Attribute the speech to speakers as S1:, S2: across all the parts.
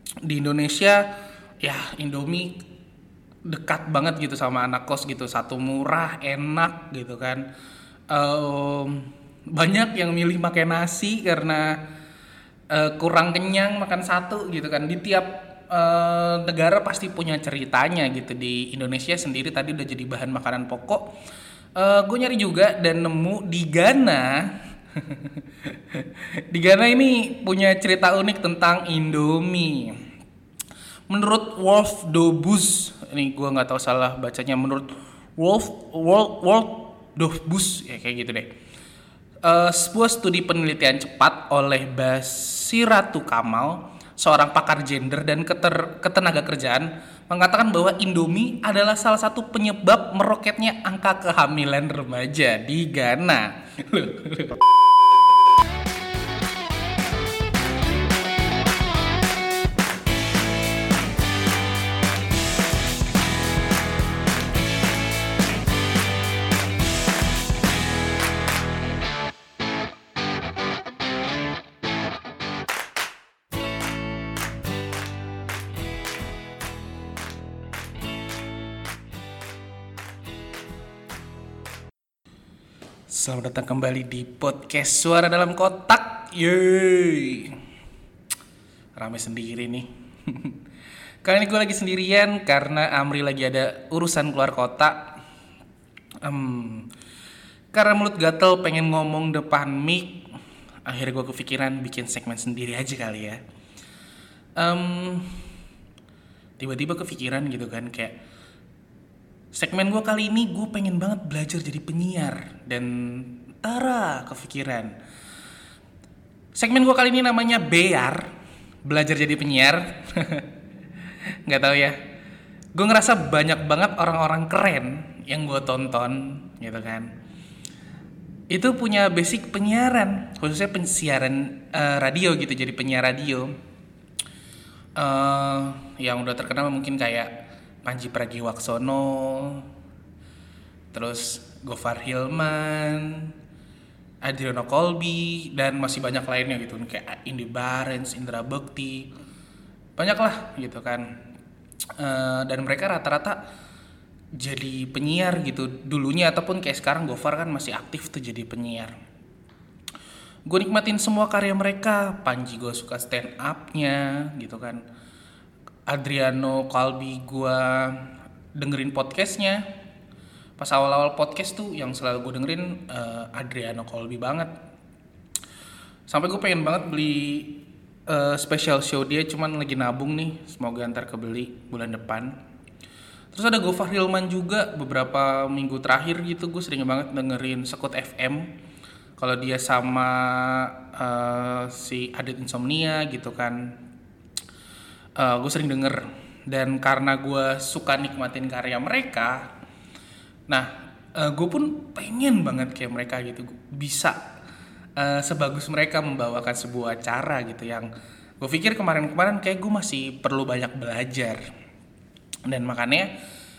S1: Di Indonesia ya Indomie dekat banget gitu sama anak kos gitu, satu murah enak gitu kan. Em, Banyak yang milih pakai nasi karena kurang kenyang makan satu gitu kan. Di tiap negara pasti punya ceritanya gitu. Di Indonesia sendiri tadi udah jadi bahan makanan pokok. Gue nyari juga dan nemu di Ghana. Di Ghana ini punya cerita unik tentang Indomie. Menurut Wolf Dobus, ini gue nggak tahu salah bacanya. Menurut Wolf Dobus ya kayak gitu deh. Sebuah studi penelitian cepat oleh Basiratu Kamal, seorang pakar gender dan ketenaga kerjaan, mengatakan bahwa Indomie adalah salah satu penyebab meroketnya angka kehamilan remaja di Ghana. Selamat datang kembali di podcast Suara Dalam Kotak. Yeay, rame sendiri nih. Kali ini gue lagi sendirian karena Amri lagi ada urusan keluar kota. Karena mulut gatel pengen ngomong depan mic, akhirnya gue kepikiran bikin segmen sendiri aja kali ya. Tiba-tiba kepikiran gitu kan, kayak segmen gue kali ini gue pengen banget belajar jadi penyiar. Dan kepikiran segmen gue kali ini namanya Bear, belajar jadi penyiar. Nggak tahu ya, gue ngerasa banyak banget orang-orang keren yang gue tonton gitu kan, itu punya basic penyiaran, khususnya penyiaran radio gitu, jadi penyiar radio. Yang udah terkenal mungkin kayak Panji Pragiwaksono, terus Gofar Hilman, Adriano Colby, dan masih banyak lainnya gitu kayak Indy Barens, Indra Bekti, banyak lah gitu kan. Dan mereka rata-rata jadi penyiar gitu dulunya, ataupun kayak sekarang Gofar kan masih aktif tuh jadi penyiar. Gue nikmatin semua karya mereka. Panji gue suka stand up-nya gitu kan. Adriano Colby gue dengerin podcastnya. Pas awal-awal podcast tuh yang selalu gue dengerin Adriano Colby banget. Sampai gue pengen banget beli special show dia, cuman lagi nabung nih, semoga ntar kebeli bulan depan. Terus ada Gofar Hilman juga, beberapa minggu terakhir gitu gue sering banget dengerin Sekut FM. Kalau dia sama si Adit Insomnia gitu kan, gue sering denger. Dan karena gue suka nikmatin karya mereka, nah gue pun pengen banget kayak mereka gitu, bisa sebagus mereka membawakan sebuah acara gitu. Yang gue pikir kemarin-kemarin kayak gue masih perlu banyak belajar. Dan makanya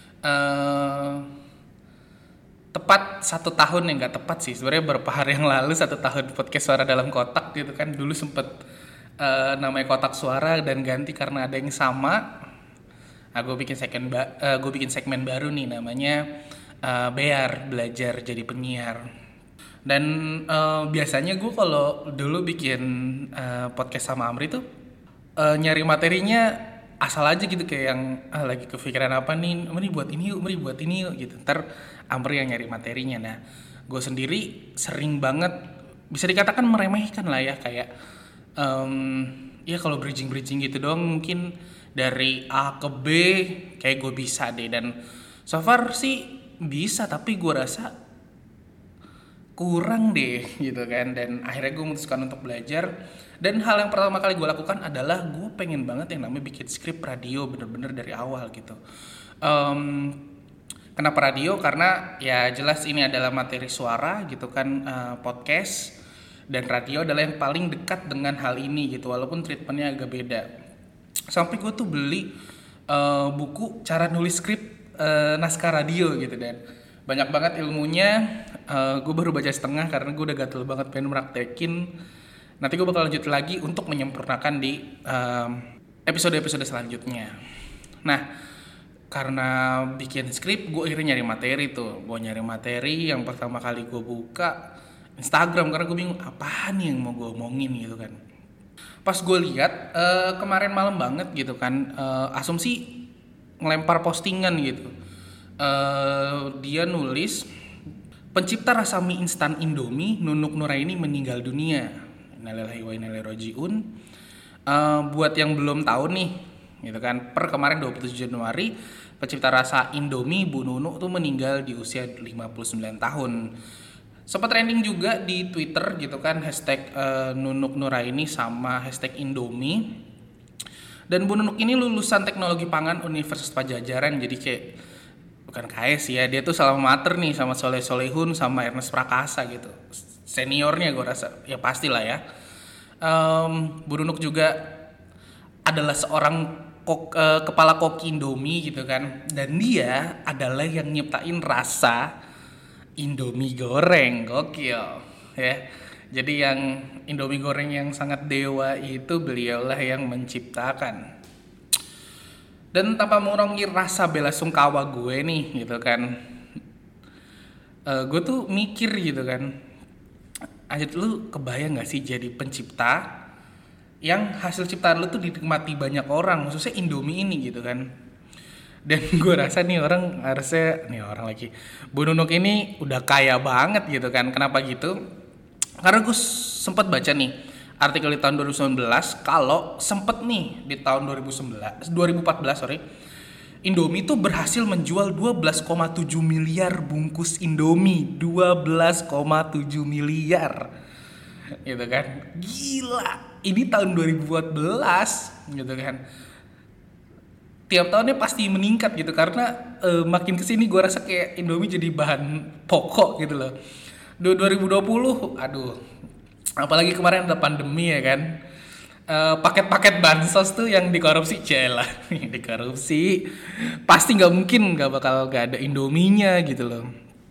S1: tepat 1 tahun, yang gak tepat sih sebenarnya, beberapa hari yang lalu 1 tahun podcast Suara Dalam Kotak gitu kan. Dulu sempet namanya Kotak Suara dan ganti karena ada yang sama. Nah, gue bikin segmen baru nih, namanya Bear, belajar jadi penyiar. Dan biasanya gue kalau dulu bikin podcast sama Amri tuh nyari materinya asal aja gitu, kayak yang lagi kepikiran apa nih, Amri buat ini yuk gitu. Ntar Amri yang nyari materinya. Nah, gue sendiri sering banget bisa dikatakan meremehkan lah ya, kayak ya kalau bridging gitu doang mungkin dari A ke B kayak gue bisa deh. Dan so far sih bisa, tapi gue rasa kurang deh gitu kan. Dan akhirnya gue memutuskan untuk belajar. Dan hal yang pertama kali gue lakukan adalah gue pengen banget yang namanya bikin skrip radio bener-bener dari awal gitu. Kenapa radio? Karena ya jelas ini adalah materi suara gitu kan, podcast. Dan radio adalah yang paling dekat dengan hal ini gitu, walaupun treatmentnya agak beda. Sampai gue tuh beli buku cara nulis skrip naskah radio gitu. Dan banyak banget ilmunya. Gue baru baca setengah karena gue udah gatel banget pengen meraktekin. Nanti gue bakal lanjut lagi untuk menyempurnakan di episode-episode selanjutnya. Nah, karena bikin skrip, gue akhirnya nyari materi tuh. Gue nyari materi, yang pertama kali gue buka Instagram karena gue bingung apaan nih yang mau gue omongin gitu kan. Pas gue lihat kemarin malam banget gitu kan, Asumsi ngelempar postingan gitu. Dia nulis, pencipta rasa mie instan Indomie Nunuk Nuraini meninggal dunia. Innalillahi wa inna ilaihi rajiun. Buat yang belum tahu nih, gitu kan, per kemarin 27 Januari, pencipta rasa Indomie Bu Nunuk tuh meninggal di usia 59 tahun. Sempat trending juga di Twitter gitu kan, hashtag Nunuk Nuraini sama hashtag Indomie. Dan Bu Nunuk ini lulusan Teknologi Pangan Universitas Padjadjaran, jadi kayak bukan KS ya, dia tuh alma mater nih sama Soleh Solehun sama Ernest Prakasa gitu, seniornya gue rasa, ya pastilah ya. Bu Nunuk juga adalah seorang kepala koki Indomie gitu kan, dan dia adalah yang nyiptain rasa Indomie goreng, gokil ya. Jadi yang Indomie goreng yang sangat dewa itu beliaulah yang menciptakan. Dan tanpa mengurangi rasa bela sungkawa gue nih gitu kan, gue tuh mikir gitu kan, anjir lu kebayang gak sih jadi pencipta yang hasil ciptaan lu tuh dinikmati banyak orang, khususnya Indomie ini gitu kan. Dan gue rasa nih orang harusnya, nih orang lagi, Bu Nunuk ini udah kaya banget gitu kan. Kenapa gitu? Karena gue sempet baca nih artikel di tahun 2019 kalau sempet nih di tahun 2014 Indomie tuh berhasil menjual 12,7 miliar bungkus Indomie. 12,7 miliar gitu kan, gila. Ini tahun 2014 gitu kan. Tiap tahunnya pasti meningkat gitu karena makin kesini gue rasa kayak Indomie jadi bahan pokok gitu loh. 2020, aduh, apalagi kemarin ada pandemi ya kan, paket-paket bansos tuh yang dikorupsi, celah, dikorupsi, pasti nggak mungkin nggak ada Indominya gitu loh.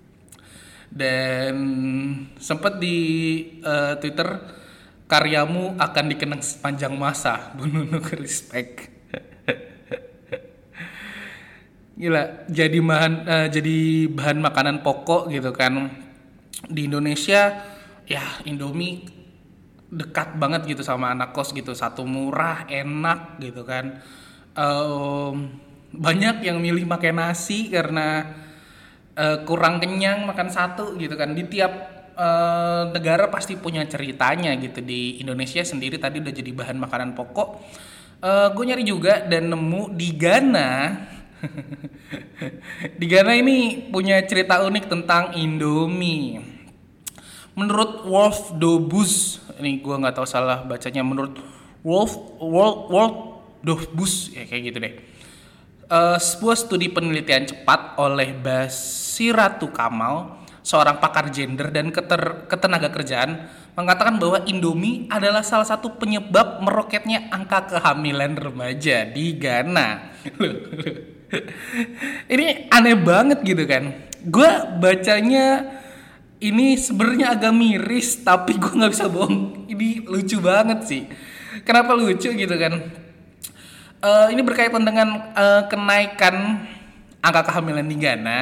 S1: Dan sempet di Twitter, karyamu akan dikenang sepanjang masa, Bu Nunuk, respect. Gila, jadi bahan makanan pokok gitu kan di Indonesia ya. Indomie dekat banget gitu sama anak kos gitu, satu murah, enak gitu kan. Banyak yang milih makan nasi karena kurang kenyang makan satu gitu kan. Di tiap negara pasti punya ceritanya gitu. Di Indonesia sendiri tadi udah jadi bahan makanan pokok. Gue nyari juga dan nemu di Ghana. Di Ghana ini punya cerita unik tentang Indomie. Menurut Wolf Dobus, ini gue nggak tahu salah bacanya, menurut Wolf Dobus ya kayak gitu deh. Sebuah studi penelitian cepat oleh Basiratu Kamal, seorang pakar gender dan ketenaga kerjaan, mengatakan bahwa Indomie adalah salah satu penyebab meroketnya angka kehamilan remaja di Ghana. Ini aneh banget gitu kan. Gue bacanya ini sebenarnya agak miris, tapi gue nggak bisa bohong. Ini lucu banget sih. Kenapa lucu gitu kan? Ini berkaitan dengan kenaikan angka kehamilan di Ghana.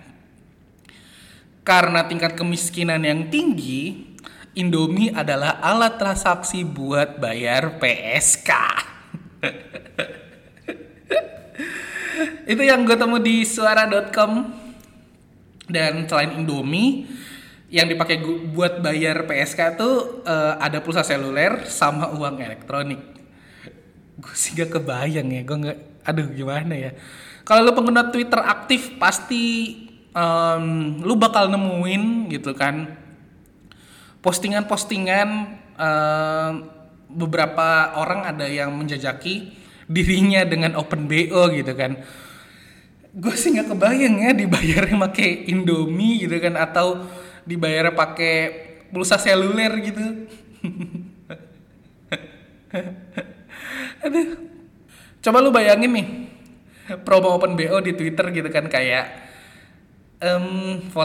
S1: Karena tingkat kemiskinan yang tinggi, Indomie adalah alat transaksi buat bayar PSK. Itu yang gue temu di suara.com. Dan selain Indomie, yang dipakai buat bayar PSK tuh ada pulsa seluler sama uang elektronik. Gue sih gak kebayang ya, gue gak, aduh gimana ya. Kalau lo pengguna Twitter aktif pasti lu bakal nemuin gitu kan postingan-postingan beberapa orang ada yang menjajaki dirinya dengan open BO gitu kan. Gue sih nggak kebayang ya dibayarnya pakai Indomie gitu kan, atau dibayarnya pakai pulsa seluler gitu. Aduh, coba lu bayangin nih promo open BO di Twitter gitu kan, kayak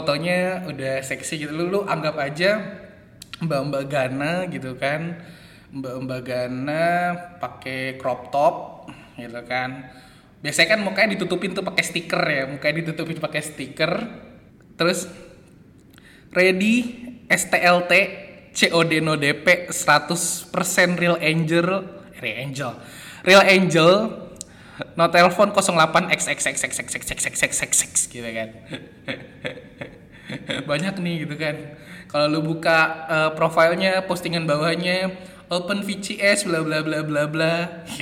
S1: fotonya udah seksi gitu, lu anggap aja mbak-mbak Ghana gitu kan, Mbak Gana pakai crop top gitu kan. Biasanya kan mukanya ditutupin tuh pakai stiker ya, mukanya ditutupin pakai stiker. Terus ready STLT COD no DP 100% real angel, real angel, no telepon 08 XXXXXXXXX gitu kan. Banyak nih gitu kan. Kalau lu buka profilnya, postingan bawahnya open VCS bla bla bla bla bla.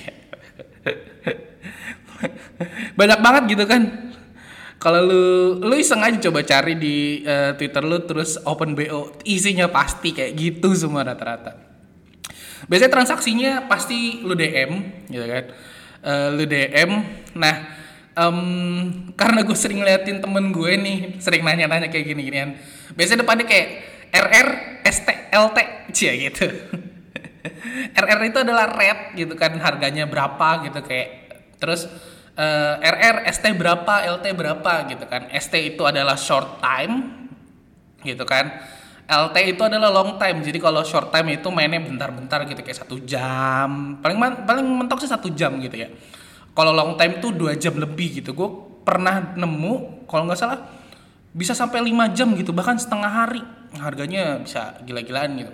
S1: Banyak banget gitu kan. Kalau lu iseng aja coba cari di Twitter lu terus open BO, isinya pasti kayak gitu semua rata-rata. Biasanya transaksinya pasti lu DM gitu kan. Lu DM. Nah, karena gue sering liatin temen gue nih sering nanya-nanya kayak gini-ginian. Biasanya depannya kayak RR STLT cia gitu. RR itu adalah red gitu kan, harganya berapa gitu kayak. Terus RR ST berapa, LT berapa gitu kan. ST itu adalah short time gitu kan. LT itu adalah long time. Jadi kalau short time itu mainnya bentar-bentar gitu kayak 1 jam. Paling mentok sih 1 jam gitu ya. Kalau long time tuh 2 jam lebih gitu. Gue pernah nemu kalau nggak salah bisa sampai 5 jam gitu, bahkan setengah hari. Harganya bisa gila-gilaan gitu.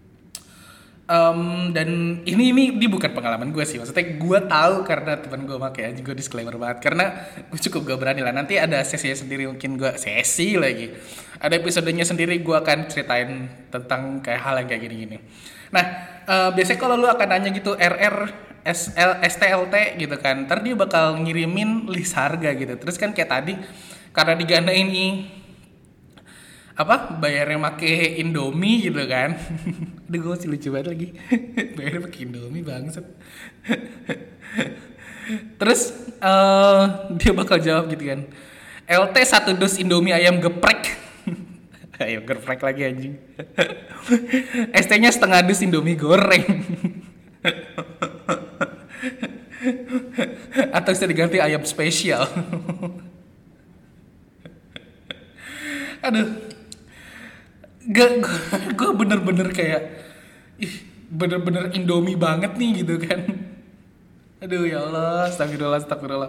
S1: Dan ini bukan pengalaman gue sih, maksudnya gue tahu karena teman gue pakai aja, gue disclaimer banget karena gue cukup gak berani lah. Nanti ada sesinya sendiri, mungkin gue sesi lagi ada episodenya sendiri, gue akan ceritain tentang kayak hal yang kayak gini-gini. Nah, biasanya kalau lu akan nanya gitu RR STLT gitu kan, ntar dia bakal ngirimin list harga gitu. Terus kan kayak tadi karena di Gana ini bayarnya make Indomie gitu kan. Aduh, gue masih lucu banget lagi. Bayarnya pakai Indomie bangsat. Terus dia bakal jawab gitu kan, LT 1 dus Indomie ayam geprek. Ayam geprek lagi anjing. ST-nya setengah dus Indomie goreng. Atau bisa diganti ayam spesial. Aduh, gue bener-bener kayak bener-bener Indomie banget nih gitu kan. Aduh ya Allah, astagfirullah.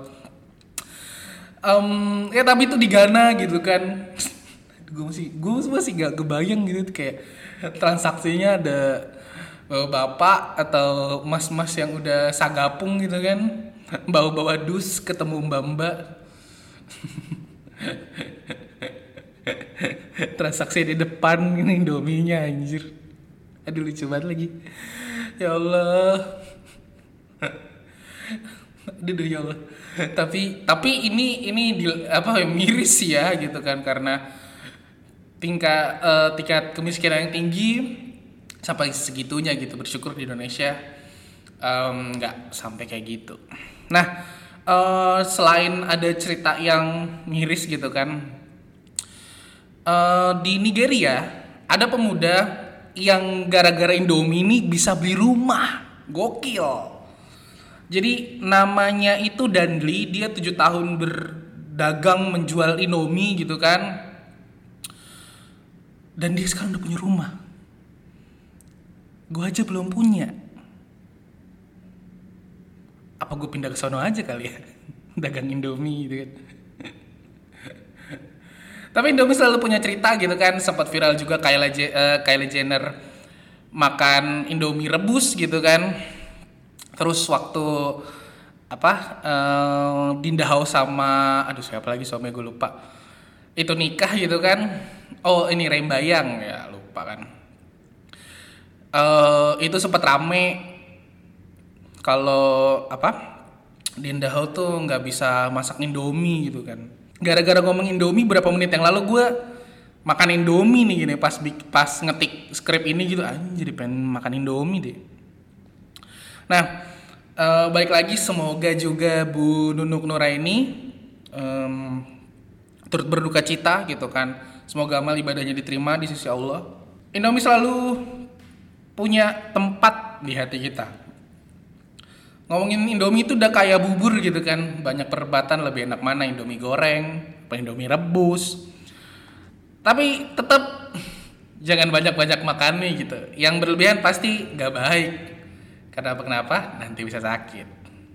S1: Ya tapi itu di Ghana gitu kan. Gue masih gak kebayang gitu kayak transaksinya ada bapak atau mas-mas yang udah sagapung gitu kan, bawa-bawa dus ketemu mbak-mbak. Transaksi di depan ini Indominya anjir. Aduh lucu banget lagi. Ya Allah. Aduh ya Allah. Tapi ini miris ya gitu kan, karena tingkat kemiskinan yang tinggi sampai segitunya gitu. Bersyukur di Indonesia nggak sampai kayak gitu. Nah, selain ada cerita yang miris gitu kan, di Nigeria ada pemuda yang gara-gara Indomie ini bisa beli rumah. Gokil. Jadi namanya itu Danley, dia 7 tahun berdagang menjual Indomie gitu kan. Dan dia sekarang udah punya rumah. Gue aja belum punya. Apa gue pindah ke sono aja kali ya? Dagang Indomie gitu kan. Tapi Indomie selalu punya cerita gitu kan. Sempat viral juga Kylie Jenner makan Indomie rebus gitu kan. Terus waktu Dinda House sama siapa lagi suami gue lupa, itu nikah gitu kan. Oh ini Rembayang ya, lupa kan. Itu sempat rame kalau Dinda House tuh nggak bisa masak Indomie gitu kan. Gara-gara ngomong Indomie berapa menit yang lalu gue makan Indomie nih gini, pas ngetik skrip ini gitu, jadi pengen makan Indomie deh. Nah, balik lagi, semoga juga Bu Nunuk Nuraini turut berduka cita gitu kan. Semoga amal ibadahnya diterima di sisi Allah. Indomie selalu punya tempat di hati kita. Ngomongin Indomie itu udah kayak bubur gitu kan. Banyak perdebatan lebih enak mana, Indomie goreng apa Indomie rebus. Tapi tetap jangan banyak-banyak makan nih gitu. Yang berlebihan pasti gak baik. Kenapa? Nanti bisa sakit.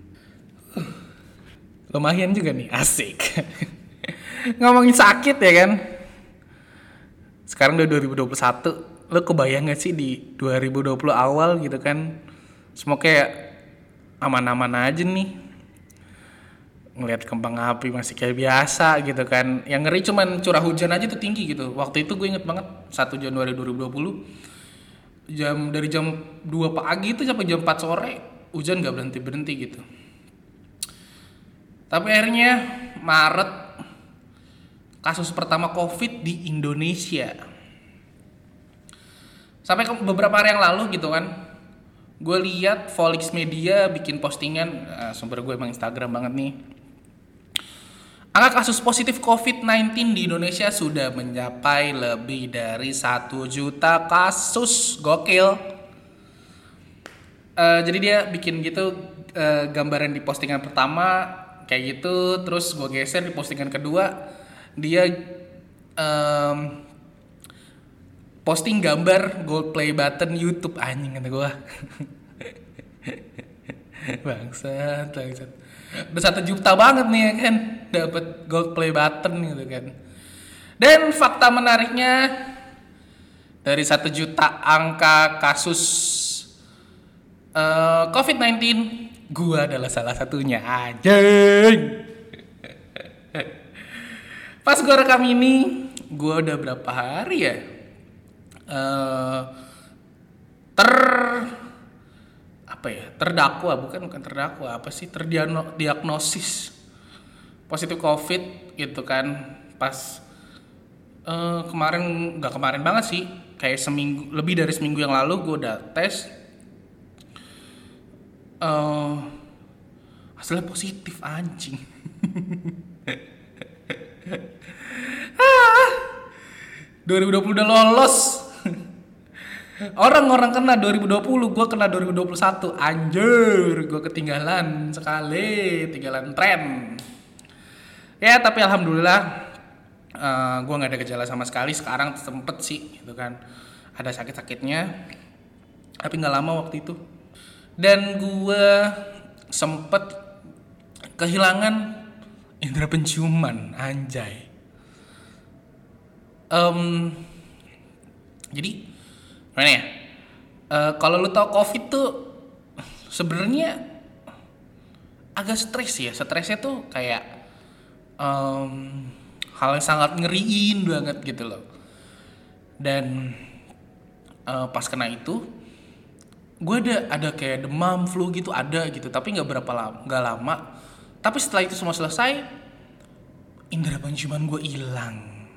S1: Lumayan juga nih, asik. Ngomongin sakit ya kan. Sekarang udah 2021. Lo kebayang gak sih di 2020 awal gitu kan, semua kayak aman-aman aja nih. Ngelihat kembang api masih kayak biasa gitu kan. Yang ngeri cuman curah hujan aja tuh tinggi gitu. Waktu itu gue inget banget 1 Januari 2020, dari jam 2 pagi itu sampai jam 4 sore hujan gak berhenti-berhenti gitu. Tapi akhirnya Maret kasus pertama COVID di Indonesia. Sampai beberapa hari yang lalu gitu kan, gue lihat Volix Media bikin postingan, sumber gue emang Instagram banget nih. Angka kasus positif COVID-19 di Indonesia sudah mencapai lebih dari 1 juta kasus. Gokil. Jadi dia bikin gitu, gambaran di postingan pertama kayak gitu, terus gue geser di postingan kedua, dia posting gambar gold play button YouTube. Anjing kata gue. bangsat udah 1 juta banget nih ya kan, dapat gold play button gitu kan. Dan fakta menariknya, dari 1 juta angka kasus COVID-19, gue adalah salah satunya. Anjing. Pas gue rekam ini, gue udah berapa hari ya terdiagnosis positif COVID gitu kan. Pas nggak kemarin banget sih, kayak lebih dari seminggu yang lalu gue udah tes, hasilnya positif. Anjing. 2020 udah lolos. Orang-orang kena 2020, gue kena 2021. Anjir, gue ketinggalan sekali, ketinggalan tren. Ya tapi alhamdulillah, gue nggak ada gejala sama sekali. Sekarang sempet sih, gitu kan, ada sakit-sakitnya, tapi nggak lama waktu itu. Dan gue sempet kehilangan indera penciuman, anjay. Jadi mana ya? Kalau lu tau COVID tuh sebenarnya agak stres ya. Stresnya tuh kayak hal yang sangat ngeriin banget gitu loh. Dan pas kena itu, gue ada kayak demam, flu gitu ada gitu. Tapi nggak lama. Tapi setelah itu semua selesai, indera penciuman gue hilang.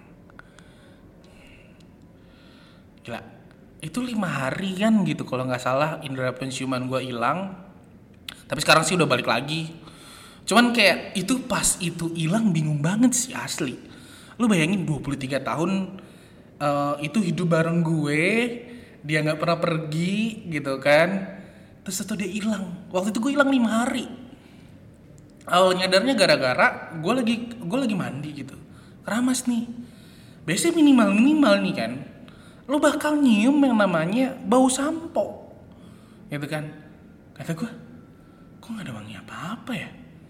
S1: Gila, itu 5 harian gitu kalau nggak salah indera penciuman gue hilang. Tapi sekarang sih udah balik lagi. Cuman kayak itu pas itu hilang bingung banget sih asli. Lu bayangin 23 tahun itu hidup bareng gue, dia nggak pernah pergi gitu kan. Terus itu dia hilang. Waktu itu gue hilang 5 hari. Nyadarnya gara-gara gue lagi mandi gitu. Keramas nih. Biasanya minimal nih kan, lu bakal nyium yang namanya bau sampo gitu kan. Kata gue, kok gak ada wangi apa-apa ya.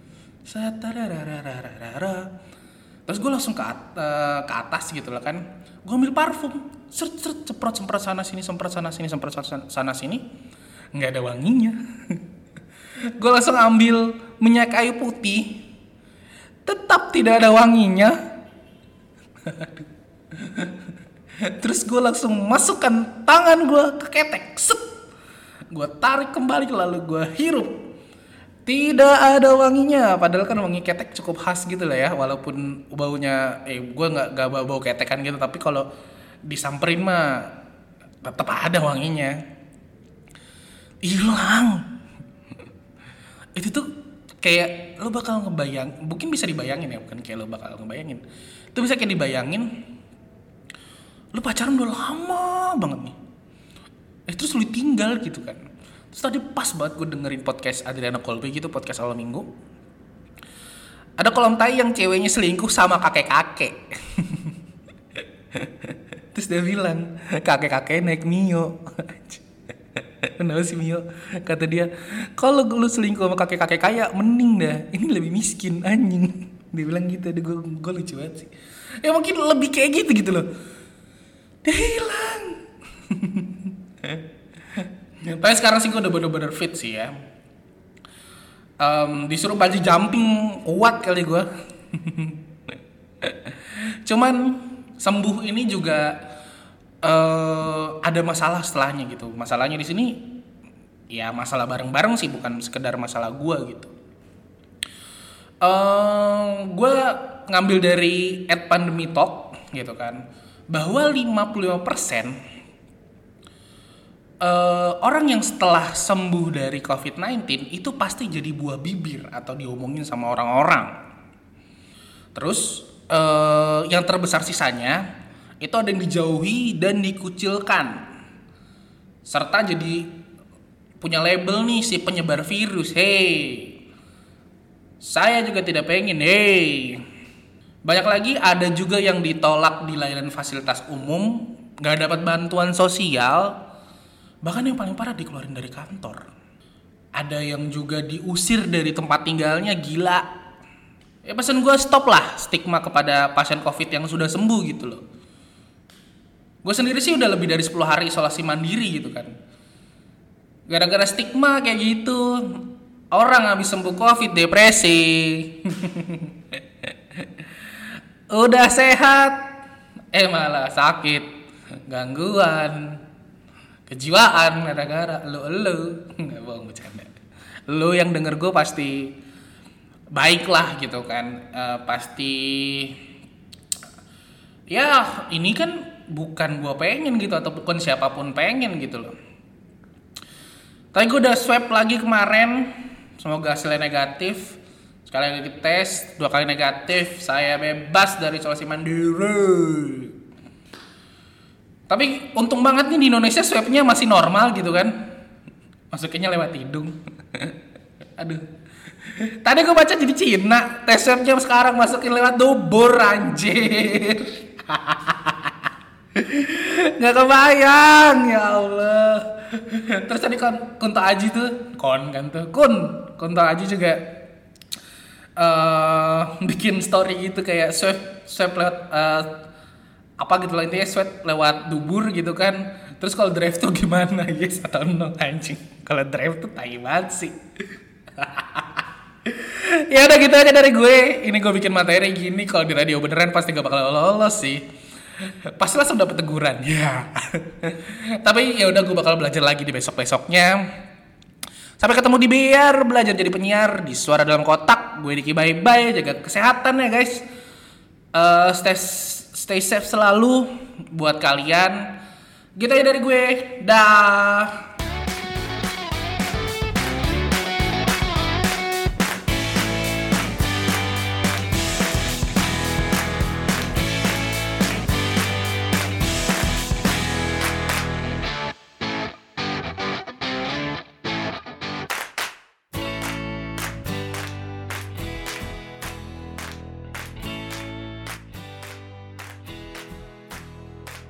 S1: Terus gue langsung ke atas gitu lah kan. Gue ambil parfum, semprot sana sini, semprot sana sini, gak ada wanginya. Gue langsung ambil minyak kayu putih, tetap tidak ada wanginya. Terus gue langsung masukkan tangan gue ke ketek, set, gue tarik kembali lalu gue hirup, tidak ada wanginya. Padahal kan wangi ketek cukup khas gitu lah ya, walaupun baunya gue nggak bau ketekan gitu, tapi kalau disamperin mah tetap ada wanginya. Hilang. Itu tuh kayak lo bakal ngebayang, mungkin bisa dibayangin ya, bukan kayak lo bakal ngebayangin, itu bisa kayak dibayangin lu pacaran udah lama banget nih, terus lu tinggal gitu kan. Terus tadi pas banget gue dengerin podcast Adriano Colby gitu, podcast awal minggu. Ada kolom tai yang ceweknya selingkuh sama kakek-kakek. Terus dia bilang, kakek-kakek naik Mio. Kenapa sih Mio? Kata dia, kalau lu selingkuh sama kakek-kakek kaya, mending dah. Ini lebih miskin, anjing. Dia bilang gitu, ada gue lucu banget sih. Ya mungkin lebih kayak gitu loh. Dia hilang. Tapi sekarang sih gue udah bener-bener fit sih ya. Disuruh bungee jumping kuat kali gue. Cuman sembuh ini juga ada masalah setelahnya gitu. Masalahnya di sini ya masalah bareng-bareng sih, bukan sekedar masalah gue gitu. Gue ngambil dari @pandemitalk gitu kan, bahwa 55% orang yang setelah sembuh dari COVID-19 itu pasti jadi buah bibir atau diomongin sama orang-orang. Terus yang terbesar sisanya itu ada yang dijauhi dan dikucilkan, serta jadi punya label nih si penyebar virus. Hey, saya juga tidak pengen. Hey, banyak lagi ada juga yang ditolak di layanan fasilitas umum, nggak dapat bantuan sosial, bahkan yang paling parah dikeluarin dari kantor. Ada yang juga diusir dari tempat tinggalnya, gila. Ya pesan gue stop lah stigma kepada pasien COVID yang sudah sembuh gitu loh. Gue sendiri sih udah lebih dari 10 hari isolasi mandiri gitu kan. Gara-gara stigma kayak gitu, orang habis sembuh COVID depresi. Udah sehat, malah sakit, gangguan kejiwaan gara-gara lu. Nggak bohong, bercanda. Lu yang denger gue pasti baik lah gitu kan. Pasti ya ini kan bukan gue pengen gitu, atau bukan siapapun pengen gitu loh. Tapi gue udah swab lagi kemarin, semoga hasilnya negatif. Sekali lagi tes, 2 kali negatif, saya bebas dari isolasi mandiri. Tapi untung banget nih di Indonesia swabnya masih normal gitu kan, masukinnya lewat hidung. Aduh, tadi gue baca jadi Cina, tes swabnya sekarang masukin lewat dubur, anjir. Nggak kebayang, ya Allah. Terus tadi Kunto Aji tuh, Kunto Aji juga bikin story gitu kayak swab lewat apa gitu lah, intinya swab lewat dubur gitu kan. Terus kalau drive tuh gimana, yes atau no, anjing. Kalau drive tuh tai banget sih. Ya udah gitu aja dari gue. Ini gue bikin materi gini, kalau di radio beneran pasti gak bakal lolos sih. Pasti langsung dapet teguran ya. Tapi ya udah, gue bakal belajar lagi di besok-besoknya. Sampai ketemu di biar belajar jadi penyiar di Suara Dalam Kotak. Gue Diki, bye-bye, jaga kesehatan ya guys. Stay safe selalu buat kalian. Gitu ya dari gue. Dah.